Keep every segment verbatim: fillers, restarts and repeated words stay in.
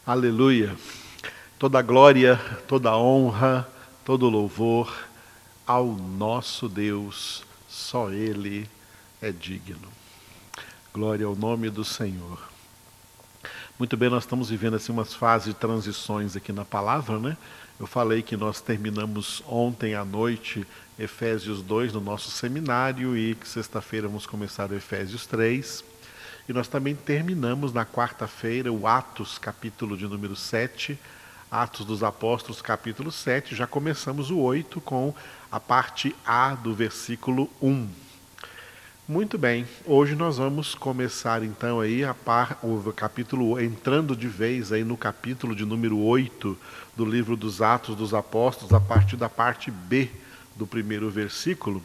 Aleluia. Toda glória, toda honra, todo louvor ao nosso Deus, só Ele é digno. Glória ao nome do Senhor. Muito bem, nós estamos vivendo assim umas fases de transições aqui na palavra, né? Eu falei que nós terminamos ontem à noite Efésios dois no nosso seminário e que sexta-feira vamos começar o Efésios três. E nós também terminamos na quarta-feira o Atos, capítulo de número sete, Atos dos Apóstolos, capítulo sete. Já começamos o oito com a parte A do versículo um. Muito bem, hoje nós vamos começar então aí a par, o capítulo, entrando de vez aí no capítulo de número oito do livro dos Atos dos Apóstolos, a partir da parte B do primeiro versículo.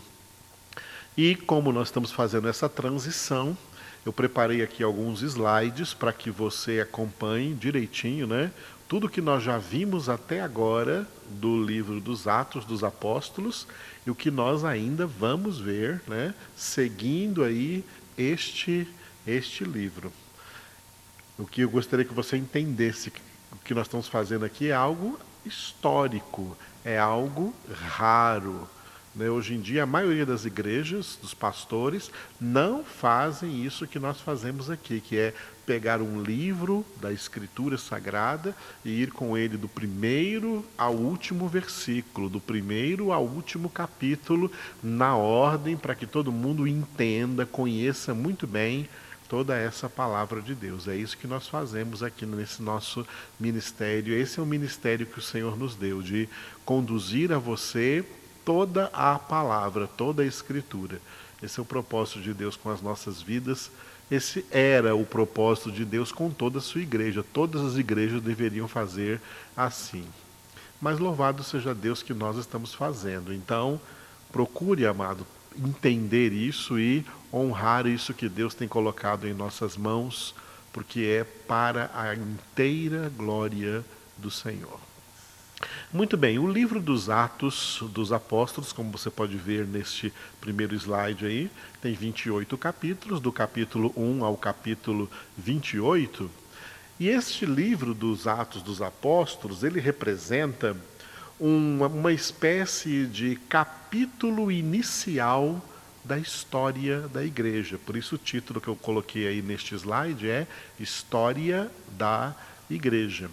E como nós estamos fazendo essa transição, eu preparei aqui alguns slides para que você acompanhe direitinho, né? Tudo que nós já vimos até agora do livro dos Atos dos Apóstolos e o que nós ainda vamos ver, né? Seguindo aí este, este livro. O que eu gostaria que você entendesse, o que nós estamos fazendo aqui é algo histórico, é algo raro. Hoje em dia, a maioria das igrejas, dos pastores, não fazem isso que nós fazemos aqui, que é pegar um livro da Escritura Sagrada e ir com ele do primeiro ao último versículo, do primeiro ao último capítulo, na ordem, para que todo mundo entenda, conheça muito bem toda essa palavra de Deus. É isso que nós fazemos aqui nesse nosso ministério. Esse é o ministério que o Senhor nos deu, de conduzir a você toda a palavra, toda a Escritura. Esse é o propósito de Deus com as nossas vidas. Esse era o propósito de Deus com toda a sua igreja. Todas as igrejas deveriam fazer assim. Mas louvado seja Deus que nós estamos fazendo. Então, procure, amado, entender isso e honrar isso que Deus tem colocado em nossas mãos, porque é para a inteira glória do Senhor. Muito bem, o livro dos Atos dos Apóstolos, como você pode ver neste primeiro slide aí, tem vinte e oito capítulos, do capítulo um ao capítulo vinte e oito. E este livro dos Atos dos Apóstolos, ele representa uma, uma espécie de capítulo inicial da história da igreja. Por isso o título que eu coloquei aí neste slide é História da Igreja.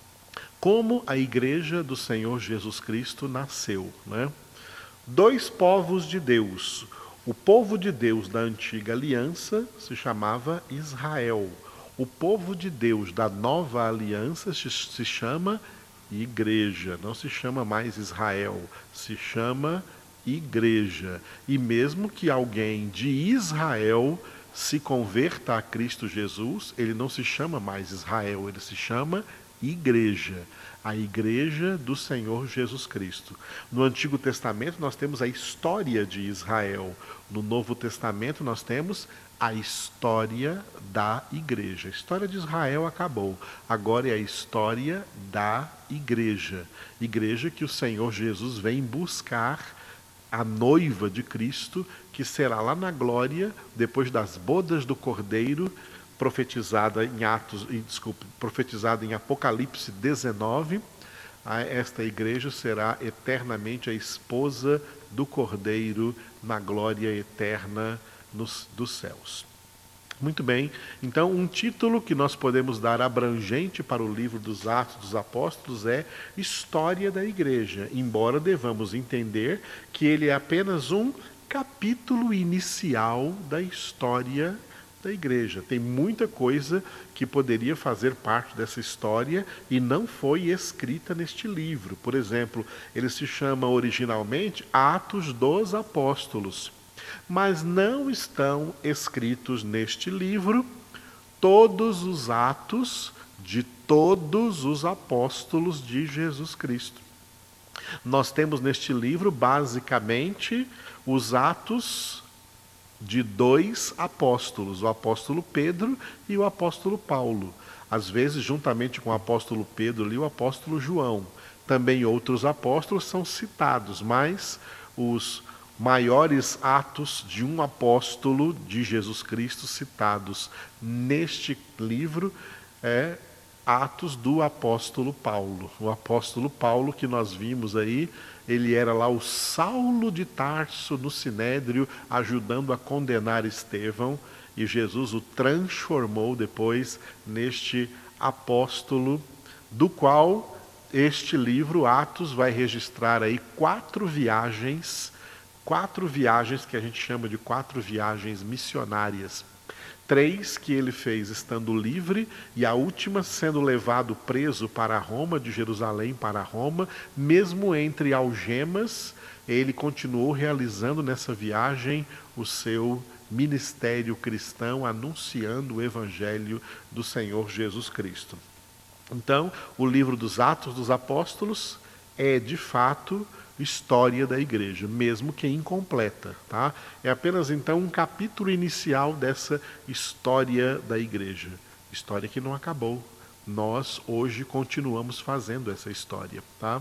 Como a igreja do Senhor Jesus Cristo nasceu, né? Dois povos de Deus. O povo de Deus da antiga aliança se chamava Israel. O povo de Deus da nova aliança se chama igreja. Não se chama mais Israel, se chama igreja. E mesmo que alguém de Israel se converta a Cristo Jesus, ele não se chama mais Israel, ele se chama igreja, a igreja do Senhor Jesus Cristo. No Antigo Testamento nós temos a história de Israel. No Novo Testamento nós temos a história da igreja. A história de Israel acabou. Agora é a história da igreja. Igreja que o Senhor Jesus vem buscar a noiva de Cristo, que será lá na glória, depois das bodas do Cordeiro, profetizada em Atos, desculpe, profetizada em Apocalipse dezenove, esta igreja será eternamente a esposa do Cordeiro na glória eterna nos, dos céus. Muito bem, então um título que nós podemos dar abrangente para o livro dos Atos dos Apóstolos é História da Igreja, embora devamos entender que ele é apenas um capítulo inicial da história da igreja. Tem muita coisa que poderia fazer parte dessa história e não foi escrita neste livro. Por exemplo, ele se chama originalmente Atos dos Apóstolos, mas não estão escritos neste livro todos os atos de todos os apóstolos de Jesus Cristo. Nós temos neste livro, basicamente, os atos de dois apóstolos, o apóstolo Pedro e o apóstolo Paulo. Às vezes, juntamente com o apóstolo Pedro ali, o apóstolo João. Também outros apóstolos são citados, mas os maiores atos de um apóstolo de Jesus Cristo citados neste livro é Atos do apóstolo Paulo. O apóstolo Paulo que nós vimos aí, ele era lá o Saulo de Tarso no Sinédrio, ajudando a condenar Estevão, e Jesus o transformou depois neste apóstolo, do qual este livro, Atos, vai registrar aí quatro viagens, quatro viagens que a gente chama de quatro viagens missionárias. Três que ele fez estando livre, e a última sendo levado preso para Roma, de Jerusalém para Roma. Mesmo entre algemas, ele continuou realizando nessa viagem o seu ministério cristão, anunciando o evangelho do Senhor Jesus Cristo. Então, o livro dos Atos dos Apóstolos é, de fato, história da igreja, mesmo que incompleta, tá? É apenas então um capítulo inicial dessa história da igreja, história que não acabou. Nós hoje continuamos fazendo essa história, tá?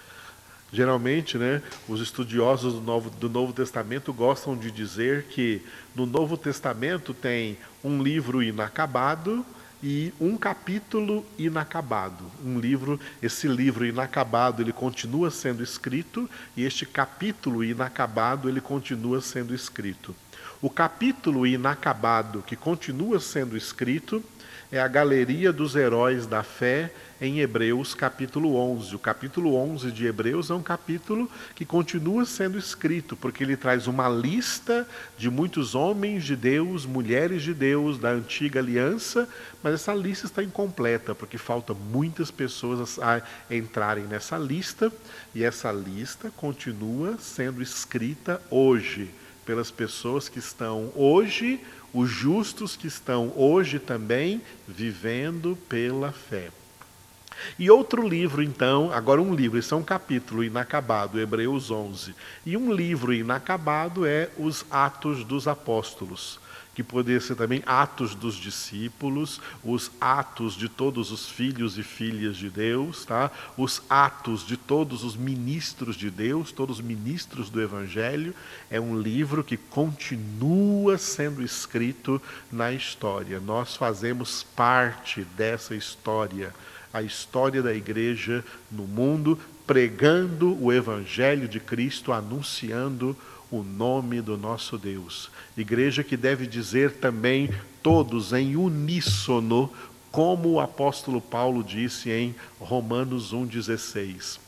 Geralmente, né, os estudiosos do Novo, do Novo Testamento gostam de dizer que no Novo Testamento tem um livro inacabado e um capítulo inacabado. Um livro, esse livro inacabado, ele continua sendo escrito, e este capítulo inacabado, ele continua sendo escrito. O capítulo inacabado que continua sendo escrito é a galeria dos heróis da fé em Hebreus capítulo onze. O capítulo onze de Hebreus é um capítulo que continua sendo escrito, porque ele traz uma lista de muitos homens de Deus, mulheres de Deus da antiga aliança, mas essa lista está incompleta, porque faltam muitas pessoas a entrarem nessa lista, e essa lista continua sendo escrita hoje, pelas pessoas que estão hoje, os justos que estão hoje também vivendo pela fé. E outro livro, então, agora um livro, esse é um capítulo inacabado, Hebreus onze. E um livro inacabado é os Atos dos Apóstolos, que poderia ser também Atos dos Discípulos, os Atos de todos os filhos e filhas de Deus, tá? Os Atos de todos os ministros de Deus, todos os ministros do Evangelho. É um livro que continua sendo escrito na história. Nós fazemos parte dessa história, a história da igreja no mundo, pregando o Evangelho de Cristo, anunciando o nome do nosso Deus. Igreja que deve dizer também, todos em uníssono, como o apóstolo Paulo disse em Romanos um, dezesseis.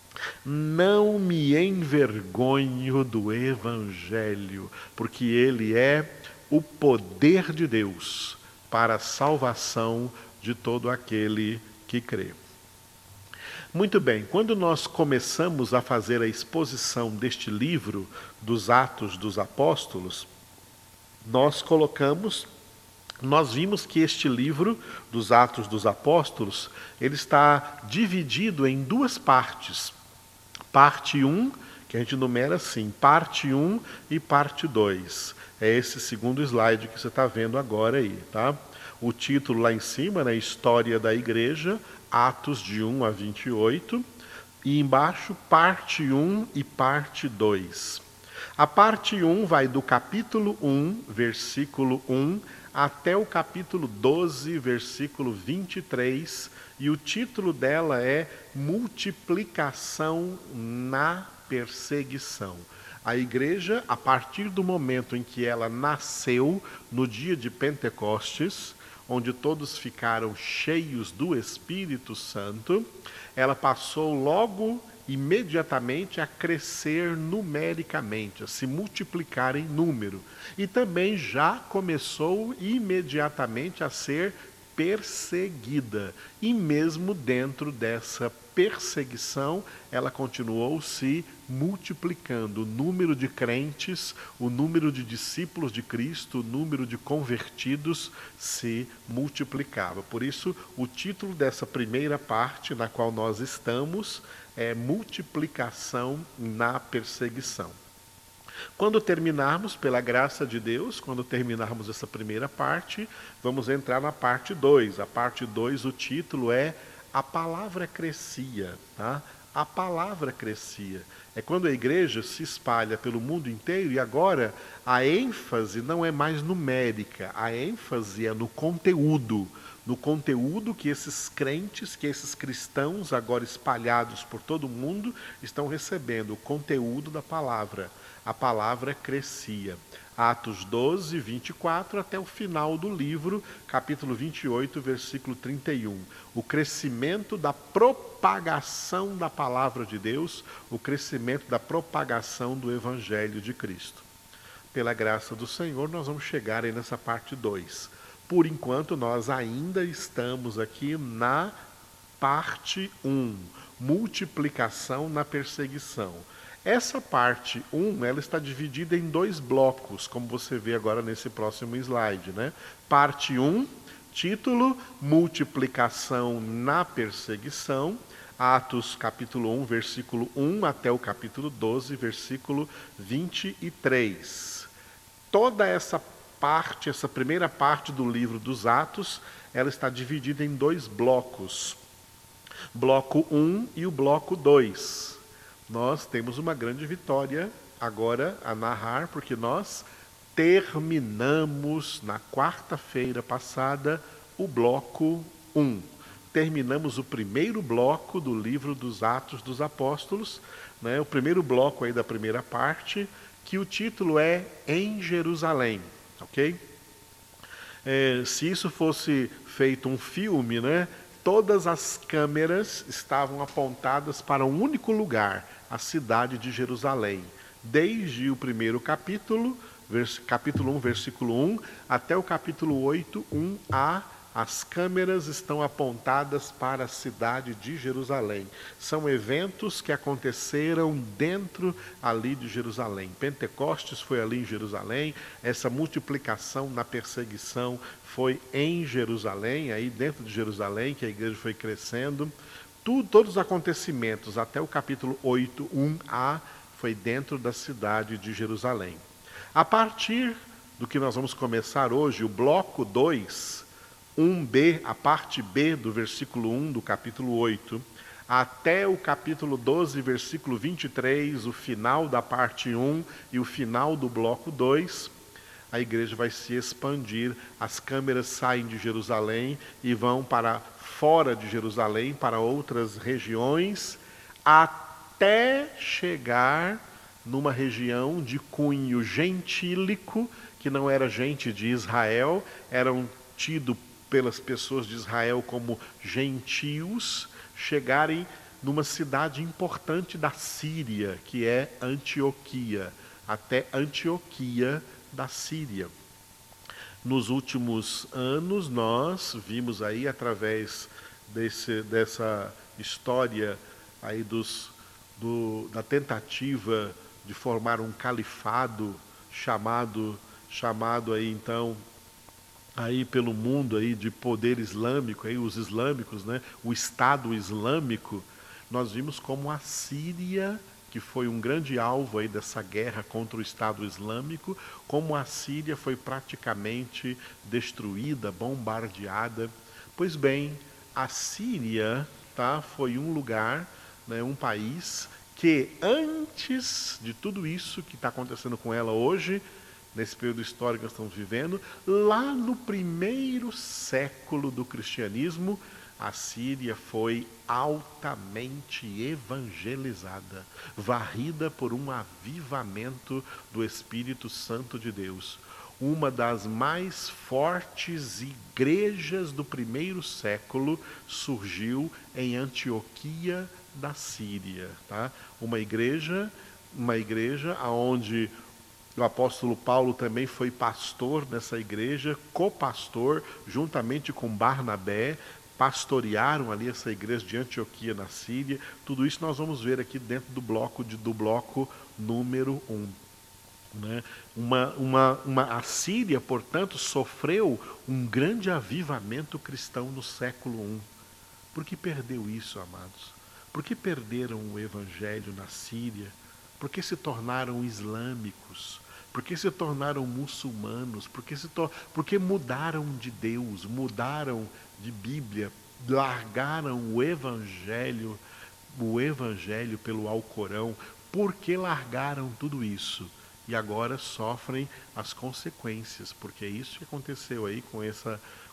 Não me envergonho do Evangelho, porque ele é o poder de Deus para a salvação de todo aquele que crê. Muito bem, quando nós começamos a fazer a exposição deste livro dos Atos dos Apóstolos, nós colocamos, nós vimos que este livro dos Atos dos Apóstolos, ele está dividido em duas partes. Parte um, que a gente numera assim, parte um e parte dois. É esse segundo slide que você está vendo agora aí, tá? O título lá em cima, né, História da Igreja, Atos de um a vinte e oito, e embaixo parte um e parte dois. A parte um vai do capítulo um, versículo um, até o capítulo doze, versículo vinte e três, e o título dela é Multiplicação na Perseguição. A igreja, a partir do momento em que ela nasceu, no dia de Pentecostes, onde todos ficaram cheios do Espírito Santo, ela passou logo, imediatamente, a crescer numericamente, a se multiplicar em número. E também já começou imediatamente a ser perseguida. E mesmo dentro dessa perseguição, ela continuou se multiplicando. O número de crentes, o número de discípulos de Cristo, o número de convertidos se multiplicava. Por isso, o título dessa primeira parte na qual nós estamos é Multiplicação na Perseguição. Quando terminarmos, pela graça de Deus, quando terminarmos essa primeira parte, vamos entrar na parte dois. A parte dois, o título é A Palavra Crescia, tá? A palavra crescia. É quando a igreja se espalha pelo mundo inteiro, e agora a ênfase não é mais numérica, a ênfase é no conteúdo, no conteúdo que esses crentes, que esses cristãos, agora espalhados por todo o mundo, estão recebendo, o conteúdo da palavra. A palavra crescia. Atos doze, vinte e quatro, até o final do livro, capítulo vinte e oito, versículo trinta e um. O crescimento da propagação da palavra de Deus, o crescimento da propagação do Evangelho de Cristo. Pela graça do Senhor, nós vamos chegar aí nessa parte dois. Por enquanto, nós ainda estamos aqui na parte um, multiplicação na perseguição. Essa parte um, ela está dividida em dois blocos, como você vê agora nesse próximo slide, né? Parte um, título, multiplicação na perseguição, Atos capítulo um, versículo um até o capítulo doze, versículo vinte e três. Toda essa parte, essa primeira parte do livro dos Atos, ela está dividida em dois blocos. Bloco um e o bloco dois. Nós temos uma grande vitória agora a narrar, porque nós terminamos na quarta-feira passada o bloco um. Terminamos o primeiro bloco do livro dos Atos dos Apóstolos, né? O primeiro bloco aí da primeira parte, que o título é Em Jerusalém, ok? É, se isso fosse feito um filme, né? Todas as câmeras estavam apontadas para um único lugar, a cidade de Jerusalém. Desde o primeiro capítulo, vers, capítulo um, versículo um, até o capítulo oito, um a, as câmeras estão apontadas para a cidade de Jerusalém. São eventos que aconteceram dentro ali de Jerusalém. Pentecostes foi ali em Jerusalém, essa multiplicação na perseguição foi em Jerusalém, aí dentro de Jerusalém, que a igreja foi crescendo. Tudo, todos os acontecimentos, até o capítulo oito, um a, foi dentro da cidade de Jerusalém. A partir do que nós vamos começar hoje, o bloco dois, um b, a parte B do versículo um do capítulo oito, até o capítulo doze, versículo vinte e três, o final da parte um e o final do bloco dois, a igreja vai se expandir, as câmeras saem de Jerusalém e vão para fora de Jerusalém, para outras regiões, até chegar numa região de cunho gentílico, que não era gente de Israel, eram tidos pelas pessoas de Israel como gentios, chegarem numa cidade importante da Síria, que é Antioquia, até Antioquia da Síria. Nos últimos anos, nós vimos aí, através desse, dessa história aí dos, do, da tentativa de formar um califado chamado, chamado aí então, aí pelo mundo aí de poder islâmico, aí os islâmicos, né, o Estado Islâmico, nós vimos como a Síria, que foi um grande alvo aí dessa guerra contra o Estado Islâmico, como a Síria foi praticamente destruída, bombardeada. Pois bem, a Síria, tá, foi um lugar, né, um país que antes de tudo isso que está acontecendo com ela hoje, nesse período histórico que nós estamos vivendo, lá no primeiro século do cristianismo, a Síria foi altamente evangelizada, varrida por um avivamento do Espírito Santo de Deus. Uma das mais fortes igrejas do primeiro século surgiu em Antioquia da Síria, tá? Uma igreja, uma igreja onde o apóstolo Paulo também foi pastor nessa igreja, copastor, juntamente com Barnabé, pastorearam ali essa igreja de Antioquia na Síria. Tudo isso nós vamos ver aqui dentro do bloco, de, do bloco número um. Né? Uma, uma, uma, a Síria, portanto, sofreu um grande avivamento cristão no século um. Por que perdeu isso, amados? Por que perderam o evangelho na Síria? Por que se tornaram islâmicos? Por que se tornaram muçulmanos? Por que, se to... Por que mudaram de Deus, mudaram de Bíblia, largaram o evangelho, o evangelho pelo Alcorão? Por que largaram tudo isso? E agora sofrem as consequências, porque é isso que aconteceu aí com essa,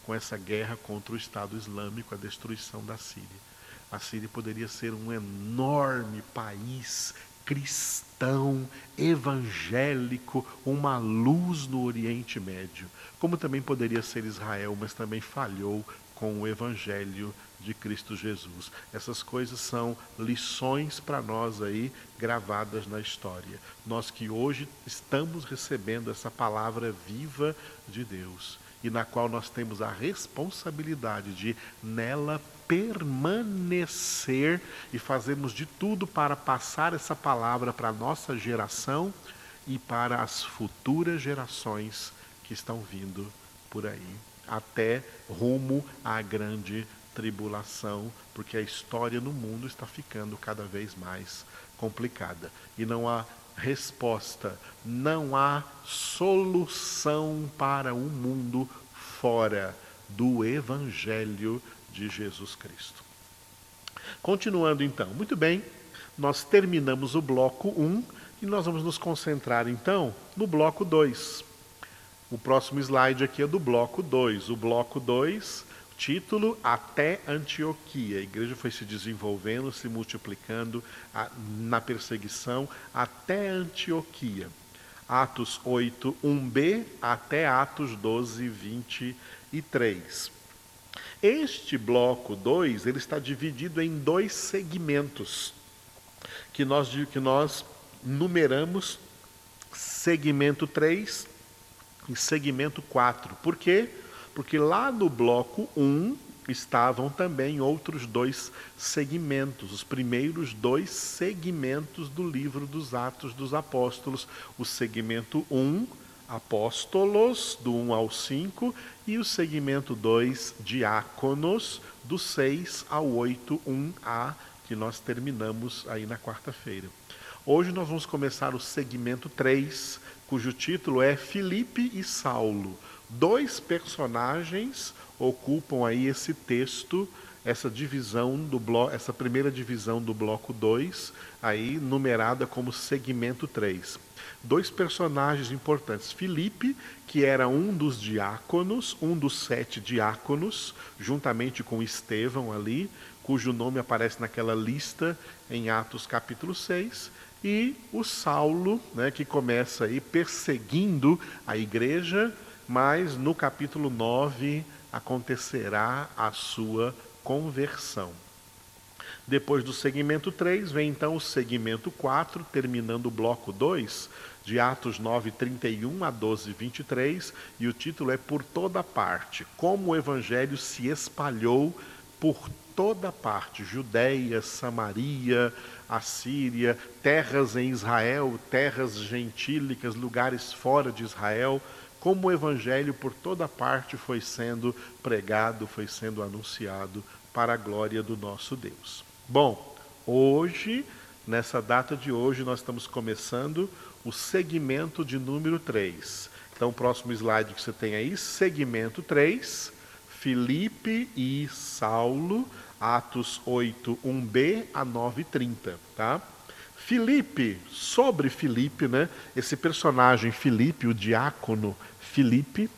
com essa guerra contra o Estado Islâmico, a destruição da Síria. A Síria poderia ser um enorme país cristão, evangélico, uma luz no Oriente Médio, como também poderia ser Israel, mas também falhou com o Evangelho de Cristo Jesus. Essas coisas são lições para nós aí, gravadas na história. Nós que hoje estamos recebendo essa palavra viva de Deus, e na qual nós temos a responsabilidade de, nela, permanecer e fazermos de tudo para passar essa palavra para a nossa geração e para as futuras gerações que estão vindo por aí, até rumo à grande tribulação, porque a história no mundo está ficando cada vez mais complicada. E não há resposta, não há solução para um mundo fora do Evangelho de Jesus Cristo. Continuando então, muito bem, nós terminamos o bloco um e nós vamos nos concentrar então no bloco dois. O próximo slide aqui é do bloco dois. O bloco dois, título Até Antioquia. A igreja foi se desenvolvendo, se multiplicando a, na perseguição até Antioquia. Atos oito, um b até Atos doze, vinte e três. Este bloco dois, ele está dividido em dois segmentos, que nós, que nós numeramos segmento três e segmento quatro. Por quê? Porque lá no bloco um estavam também outros dois segmentos, os primeiros dois segmentos do livro dos Atos dos Apóstolos. O segmento um, apóstolos, do um ao cinco, e o segmento dois, diáconos, do seis ao oito, um a, que nós terminamos aí na quarta-feira. Hoje nós vamos começar o segmento três, cujo título é Filipe e Saulo. Dois personagens ocupam aí esse texto, essa divisão do bloco, essa primeira divisão do bloco dois, aí numerada como segmento três. Dois personagens importantes. Filipe, que era um dos diáconos, um dos sete diáconos, juntamente com Estevão ali, cujo nome aparece naquela lista em Atos capítulo seis, e o Saulo, né, que começa aí perseguindo a igreja, mas no capítulo nove acontecerá a sua conversão. Depois do segmento três, vem então o segmento quatro, terminando o bloco dois, de Atos nove, trinta e um a doze, vinte e três, e o título é Por Toda Parte, como o Evangelho se espalhou por toda parte, Judéia, Samaria, Assíria, terras em Israel, terras gentílicas, lugares fora de Israel, como o Evangelho por toda parte foi sendo pregado, foi sendo anunciado para a glória do nosso Deus. Bom, hoje, nessa data de hoje, nós estamos começando o segmento de número três. Então, o próximo slide que você tem aí, segmento três, Filipe e Saulo, Atos oito, um b a nove, trinta, tá? Filipe, sobre Filipe, né? Esse personagem Filipe, o diácono Filipe,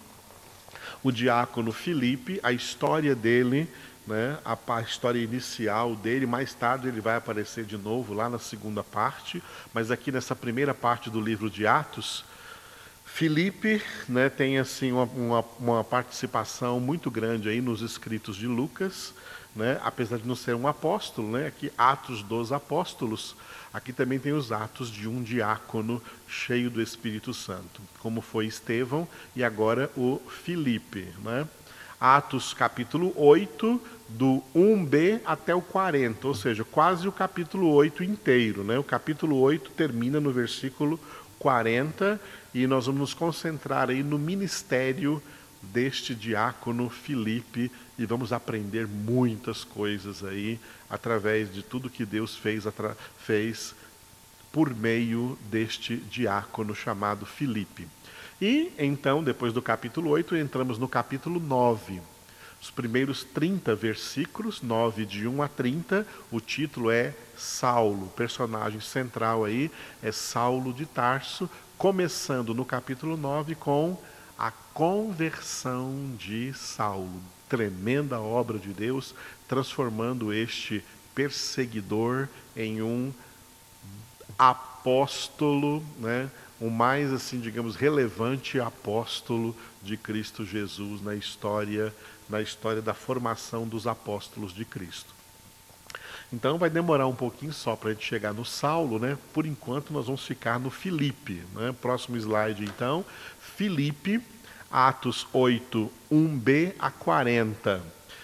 o diácono Filipe, a história dele, né? a, a história inicial dele, mais tarde ele vai aparecer de novo lá na segunda parte, mas aqui nessa primeira parte do livro de Atos, Filipe, né, tem assim uma, uma, uma participação muito grande aí nos escritos de Lucas, né, apesar de não ser um apóstolo, né, aqui Atos dos Apóstolos, aqui também tem os atos de um diácono cheio do Espírito Santo, como foi Estevão e agora o Filipe, né? Atos capítulo oito, do um b até o quarenta, ou seja, quase o capítulo oito inteiro, né? O capítulo oito termina no versículo quarenta e nós vamos nos concentrar aí no ministério deste diácono Filipe e vamos aprender muitas coisas aí através de tudo que Deus fez, fez por meio deste diácono chamado Filipe. E então, depois do capítulo oito, entramos no capítulo nove. Os primeiros trinta versículos, nove de um a trinta, o título é Saulo. O personagem central aí é Saulo de Tarso, começando no capítulo nove com a conversão de Saulo. Tremenda obra de Deus, transformando este perseguidor em um apóstolo, né? O mais, assim, digamos, relevante apóstolo de Cristo Jesus na história, na história da formação dos apóstolos de Cristo. Então vai demorar um pouquinho só para a gente chegar no Saulo, né? Por enquanto nós vamos ficar no Filipe, né? Próximo slide então, Filipe, Atos oito, um b a quarenta.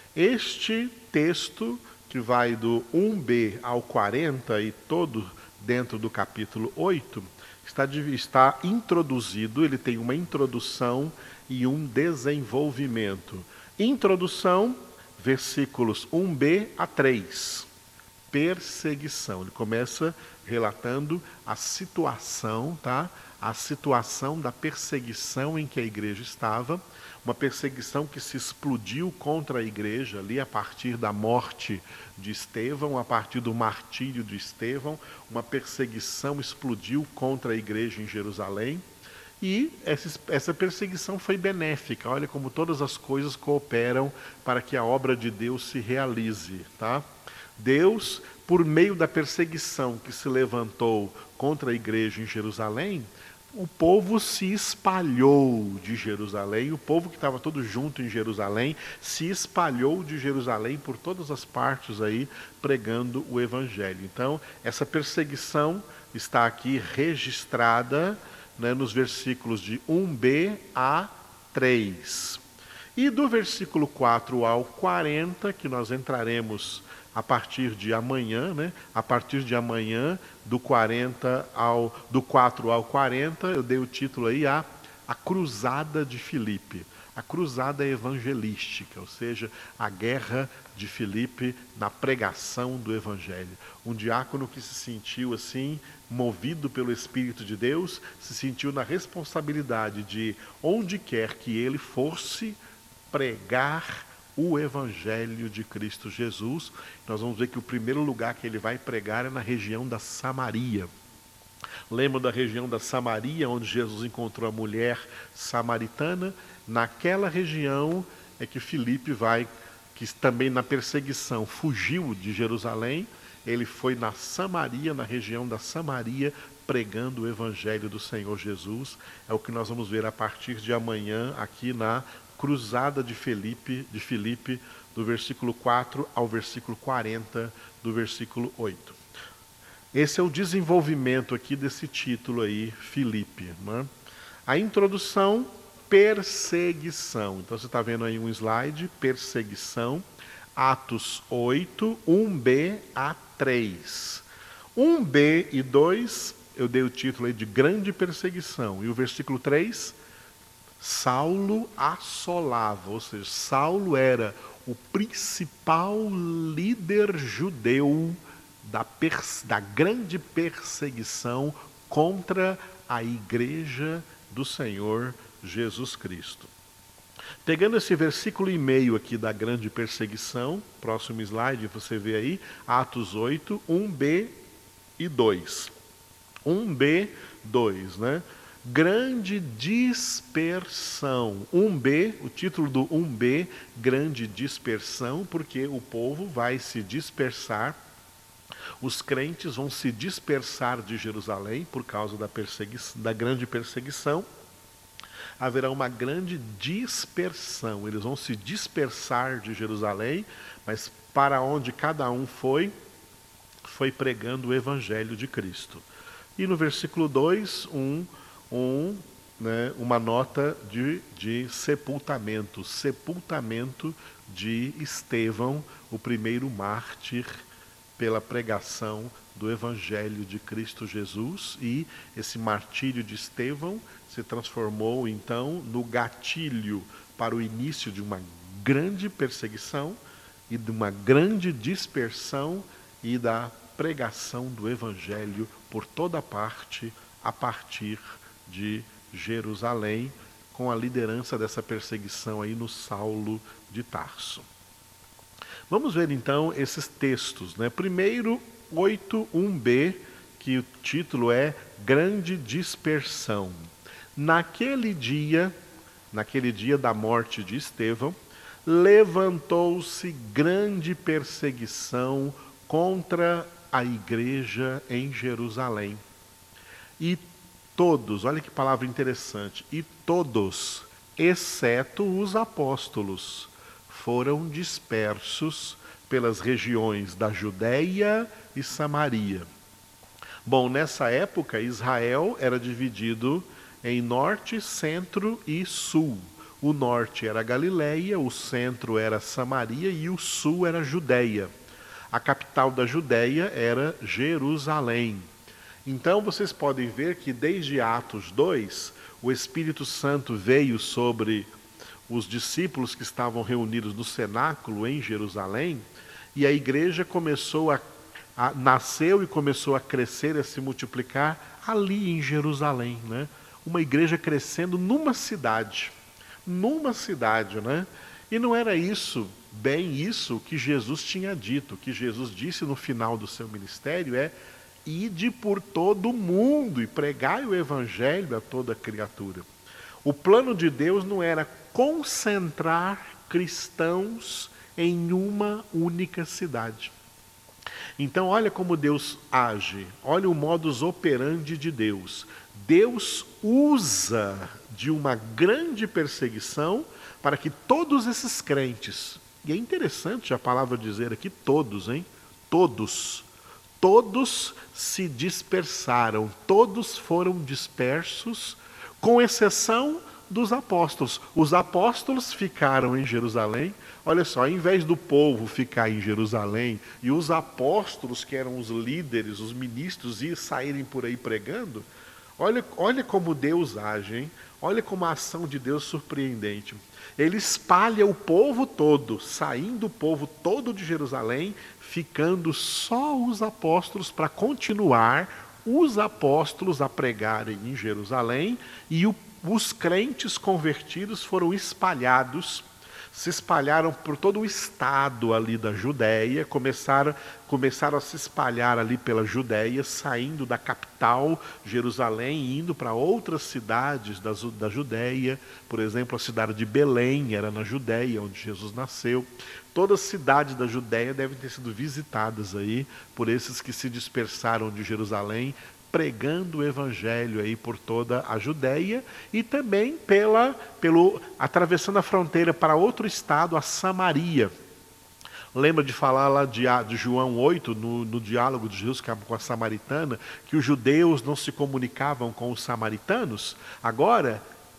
Este texto, que vai do um b ao quarenta e todo dentro do capítulo oito, está, está introduzido, ele tem uma introdução e um desenvolvimento. Introdução, versículos um b a três. Perseguição. Ele começa relatando a situação, tá? A situação da perseguição em que a igreja estava, uma perseguição que se explodiu contra a igreja ali a partir da morte de Estevão, a partir do martírio de Estevão, uma perseguição explodiu contra a igreja em Jerusalém. E essa perseguição foi benéfica. Olha como todas as coisas cooperam para que a obra de Deus se realize, tá? Deus, por meio da perseguição que se levantou contra a igreja em Jerusalém, o povo se espalhou de Jerusalém, o povo que estava todo junto em Jerusalém, se espalhou de Jerusalém por todas as partes aí, pregando o evangelho. Então, essa perseguição está aqui registrada, né, nos versículos de um b a três. E do versículo quatro ao quarenta, que nós entraremos a partir de amanhã, né? A partir de amanhã, do, quarenta ao, do quatro ao quarenta, eu dei o título aí a, a Cruzada de Filipe, a Cruzada Evangelística, ou seja, a guerra de Filipe na pregação do Evangelho. Um diácono que se sentiu assim, movido pelo Espírito de Deus, se sentiu na responsabilidade de, onde quer que ele fosse, pregar o Evangelho de Cristo Jesus. Nós vamos ver que o primeiro lugar que ele vai pregar é na região da Samaria. Lembra da região da Samaria, onde Jesus encontrou a mulher samaritana? Naquela região é que Filipe vai, que também na perseguição fugiu de Jerusalém. Ele foi na Samaria, na região da Samaria, pregando o Evangelho do Senhor Jesus. É o que nós vamos ver a partir de amanhã aqui na Cruzada de Filipe, de Filipe, do versículo quatro ao versículo quarenta, do versículo oito. Esse é o desenvolvimento aqui desse título aí, Filipe, né? A introdução, perseguição. Então você está vendo aí um slide, perseguição, Atos oito, um b a três. um b e dois, eu dei o título aí de grande perseguição. E o versículo três, Saulo assolava, ou seja, Saulo era o principal líder judeu da, pers- da grande perseguição contra a igreja do Senhor Jesus Cristo. Pegando esse versículo e meio aqui da grande perseguição, próximo slide, você vê aí, Atos oito, um b e dois. um b, dois, né? Grande dispersão. um b, o título do um b, grande dispersão, porque o povo vai se dispersar, os crentes vão se dispersar de Jerusalém por causa da, persegui- da grande perseguição. Haverá uma grande dispersão, eles vão se dispersar de Jerusalém, mas para onde cada um foi, foi pregando o Evangelho de Cristo. E no versículo dois, um Um, né, uma nota de, de sepultamento, sepultamento de Estevão, o primeiro mártir pela pregação do Evangelho de Cristo Jesus. E esse martírio de Estevão se transformou então no gatilho para o início de uma grande perseguição e de uma grande dispersão e da pregação do Evangelho por toda parte a partir de Jerusalém, com a liderança dessa perseguição aí no Saulo de Tarso. Vamos ver então esses textos, né? Primeiro, oito, um b, que o título é Grande Dispersão. Naquele dia, naquele dia da morte de Estevão, levantou-se grande perseguição contra a igreja em Jerusalém. E todos, olha que palavra interessante, e todos, exceto os apóstolos, foram dispersos pelas regiões da Judéia e Samaria. Bom, nessa época, Israel era dividido em norte, centro e sul. O norte era Galileia, o centro era Samaria e o sul era Judéia. A capital da Judéia era Jerusalém. Então vocês podem ver que desde Atos dois, o Espírito Santo veio sobre os discípulos que estavam reunidos no cenáculo em Jerusalém, e a igreja começou a, a nasceu e começou a crescer, a se multiplicar ali em Jerusalém, né? Uma igreja crescendo numa cidade, numa cidade, né? E não era isso, bem isso que Jesus tinha dito. O que Jesus disse no final do seu ministério é: ide por todo o mundo e pregai o evangelho a toda criatura. O plano de Deus não era concentrar cristãos em uma única cidade. Então olha como Deus age, olha o modus operandi de Deus. Deus usa de uma grande perseguição para que todos esses crentes, e é interessante a palavra dizer aqui todos, hein? Todos, todos se dispersaram, todos foram dispersos, com exceção dos apóstolos. Os apóstolos ficaram em Jerusalém. Olha só, ao invés do povo ficar em Jerusalém e os apóstolos, que eram os líderes, os ministros, ir saírem por aí pregando, olha, olha como Deus age, hein? Olha como a ação de Deus é surpreendente. Ele espalha o povo todo, saindo o povo todo de Jerusalém, ficando só os apóstolos para continuar os apóstolos a pregarem em Jerusalém, e o, os crentes convertidos foram espalhados, se espalharam por todo o estado ali da Judéia, começaram, começaram a se espalhar ali pela Judéia, saindo da capital, Jerusalém, e indo para outras cidades da, da Judéia. Por exemplo, a cidade de Belém era na Judéia, onde Jesus nasceu. Todas as cidades da Judéia devem ter sido visitadas aí por esses que se dispersaram de Jerusalém, pregando o evangelho aí por toda a Judéia, e também pela, pelo, atravessando a fronteira para outro estado, a Samaria. Lembra de falar lá de, de João oito, no, no diálogo de Jesus com a samaritana, que os judeus não se comunicavam com os samaritanos? Agora,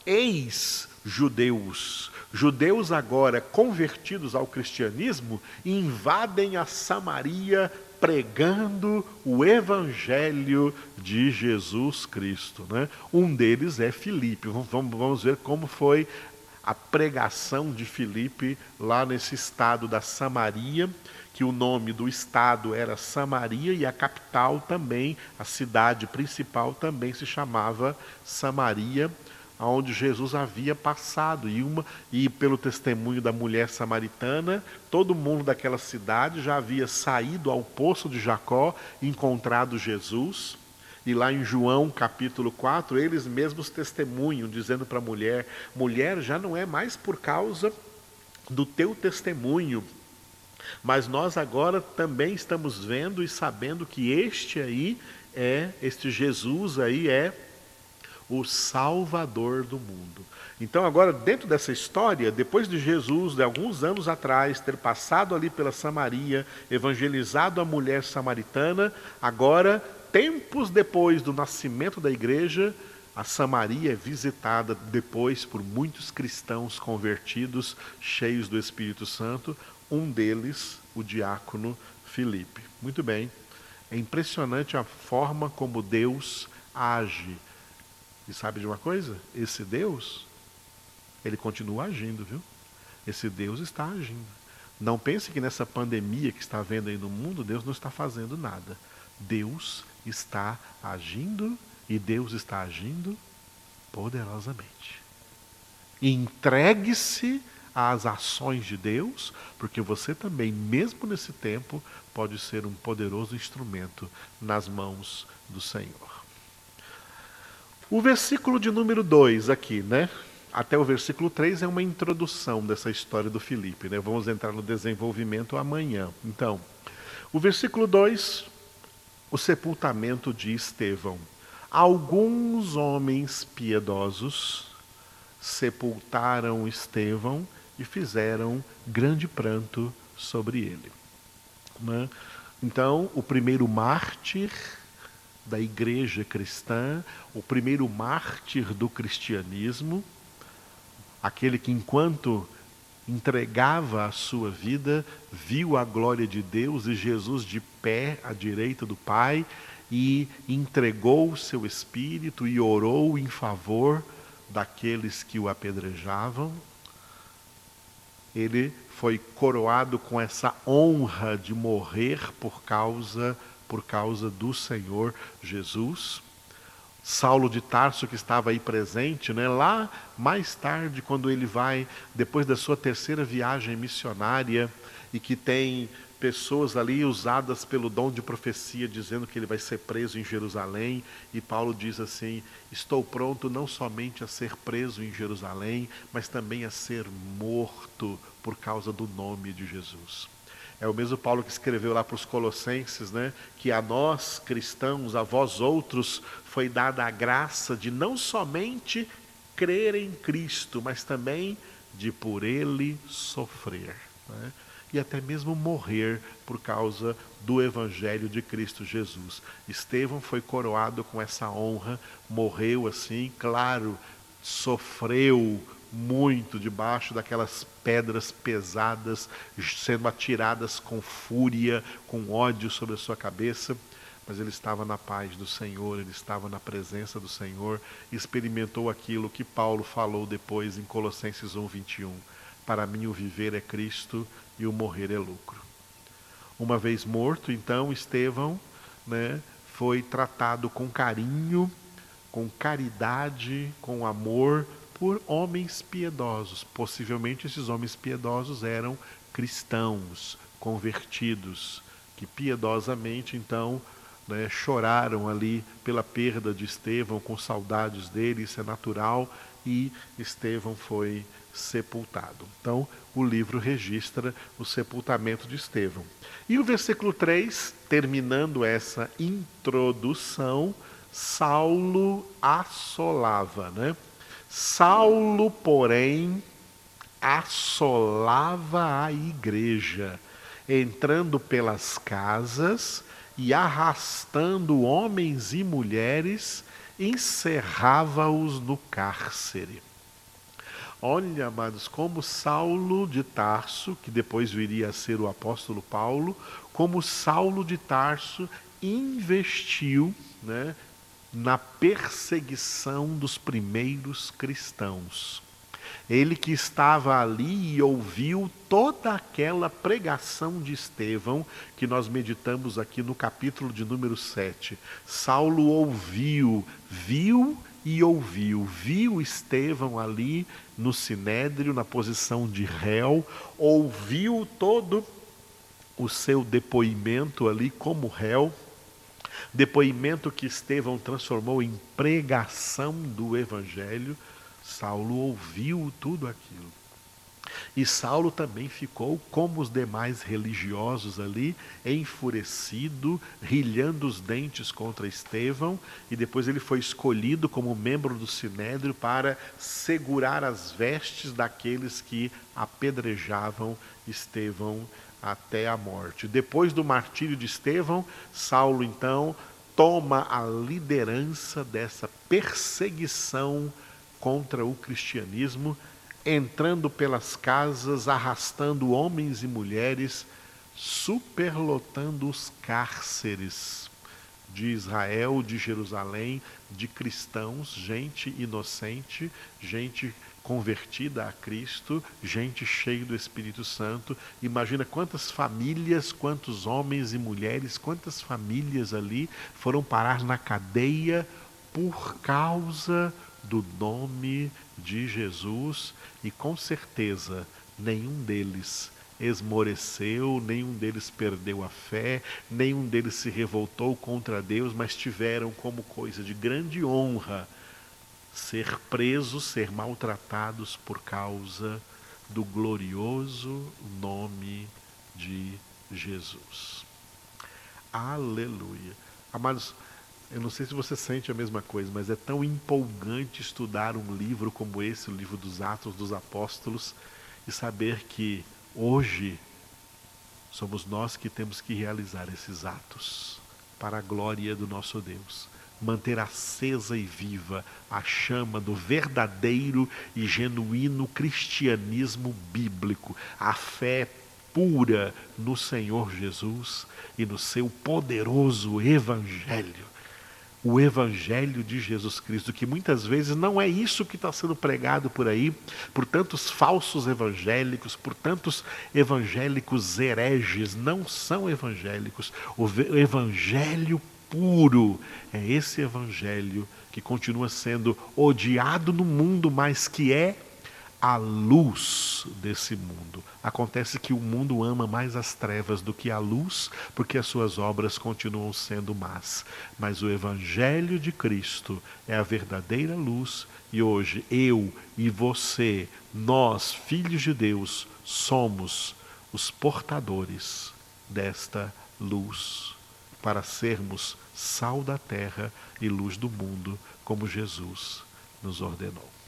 ex-judeus, judeus agora convertidos ao cristianismo, invadem a Samaria pregando o evangelho de Jesus Cristo, né? Um deles é Filipe. Vamos, vamos ver como foi a pregação de Filipe lá nesse estado da Samaria, que o nome do estado era Samaria e a capital também, a cidade principal também se chamava Samaria, onde Jesus havia passado, e, uma, e pelo testemunho da mulher samaritana, todo mundo daquela cidade já havia saído ao poço de Jacó, encontrado Jesus, e lá em João capítulo quatro, eles mesmos testemunham, dizendo para a mulher: mulher, já não é mais por causa do teu testemunho, mas nós agora também estamos vendo e sabendo que este aí é, este Jesus aí é o Salvador do mundo. Então agora, dentro dessa história, depois de Jesus, de alguns anos atrás, ter passado ali pela Samaria, evangelizado a mulher samaritana, agora, tempos depois do nascimento da igreja, a Samaria é visitada depois por muitos cristãos convertidos, cheios do Espírito Santo, um deles, o diácono Filipe. Muito bem, é impressionante a forma como Deus age. E sabe de uma coisa? Esse Deus, ele continua agindo, viu? Esse Deus está agindo. Não pense que nessa pandemia que está havendo aí no mundo, Deus não está fazendo nada. Deus está agindo, e Deus está agindo poderosamente. Entregue-se às ações de Deus, porque você também, mesmo nesse tempo, pode ser um poderoso instrumento nas mãos do Senhor. O versículo de número dois aqui, né? até o versículo três é uma introdução dessa história do Filipe, né? Vamos entrar no desenvolvimento amanhã. Então, o versículo dois, o sepultamento de Estevão. Alguns homens piedosos sepultaram Estevão e fizeram grande pranto sobre ele. Né? Então, o primeiro mártir da igreja cristã, o primeiro mártir do cristianismo, aquele que enquanto entregava a sua vida, viu a glória de Deus e Jesus de pé à direita do Pai e entregou o seu espírito e orou em favor daqueles que o apedrejavam. Ele foi coroado com essa honra de morrer por causa, por causa do Senhor Jesus. Saulo de Tarso, que estava aí presente, né? Lá mais tarde, quando ele vai, depois da sua terceira viagem missionária, e que tem pessoas ali usadas pelo dom de profecia, dizendo que ele vai ser preso em Jerusalém, e Paulo diz assim: estou pronto não somente a ser preso em Jerusalém, mas também a ser morto por causa do nome de Jesus. É o mesmo Paulo que escreveu lá para os Colossenses, né, que a nós cristãos, a vós outros, foi dada a graça de não somente crer em Cristo, mas também de por Ele sofrer, né, e até mesmo morrer por causa do Evangelho de Cristo Jesus. Estevão foi coroado com essa honra, morreu assim, claro, sofreu muito debaixo daquelas pedras pesadas, sendo atiradas com fúria, com ódio sobre a sua cabeça, mas ele estava na paz do Senhor, ele estava na presença do Senhor, experimentou aquilo que Paulo falou depois em Colossenses um, vinte e um, para mim o viver é Cristo e o morrer é lucro. Uma vez morto, então, Estevão, né, foi tratado com carinho, com caridade, com amor, por homens piedosos. Possivelmente esses homens piedosos eram cristãos, convertidos, que piedosamente então, né, choraram ali pela perda de Estevão, com saudades dele, isso é natural, e Estevão foi sepultado. Então, o livro registra o sepultamento de Estevão. E o versículo três, terminando essa introdução, Saulo assolava, né? Saulo, porém, assolava a igreja, entrando pelas casas e arrastando homens e mulheres, encerrava-os no cárcere. Olha, amados, como Saulo de Tarso, que depois viria a ser o apóstolo Paulo, como Saulo de Tarso investiu, né, na perseguição dos primeiros cristãos. Ele que estava ali e ouviu toda aquela pregação de Estevão, que nós meditamos aqui no capítulo de número sete. Saulo ouviu, viu e ouviu. Viu Estevão ali no sinédrio, na posição de réu, ouviu todo o seu depoimento ali como réu, depoimento que Estevão transformou em pregação do Evangelho. Saulo ouviu tudo aquilo. E Saulo também ficou, como os demais religiosos ali, enfurecido, rilhando os dentes contra Estevão, e depois ele foi escolhido como membro do Sinédrio para segurar as vestes daqueles que apedrejavam Estevão até a morte. Depois do martírio de Estevão, Saulo então toma a liderança dessa perseguição contra o cristianismo, entrando pelas casas, arrastando homens e mulheres, superlotando os cárceres de Israel, de Jerusalém, de cristãos, gente inocente, gente convertida a Cristo, gente cheia do Espírito Santo. Imagina quantas famílias, quantos homens e mulheres, quantas famílias ali foram parar na cadeia por causa do nome de Jesus, e com certeza nenhum deles esmoreceu, nenhum deles perdeu a fé, nenhum deles se revoltou contra Deus, mas tiveram como coisa de grande honra ser presos, ser maltratados por causa do glorioso nome de Jesus. Aleluia. Amados, eu não sei se você sente a mesma coisa, mas é tão empolgante estudar um livro como esse, o livro dos Atos dos Apóstolos, e saber que hoje somos nós que temos que realizar esses atos para a glória do nosso Deus. Manter acesa e viva a chama do verdadeiro e genuíno cristianismo bíblico, a fé pura no Senhor Jesus e no seu poderoso Evangelho. O Evangelho de Jesus Cristo, que muitas vezes não é isso que está sendo pregado por aí, por tantos falsos evangélicos, por tantos evangélicos hereges, não são evangélicos. O Evangelho puro é esse Evangelho que continua sendo odiado no mundo, mas que é a luz desse mundo. Acontece que o mundo ama mais as trevas do que a luz, porque as suas obras continuam sendo más. Mas o Evangelho de Cristo é a verdadeira luz, e hoje eu e você, nós, filhos de Deus, somos os portadores desta luz, para sermos sal da terra e luz do mundo, como Jesus nos ordenou.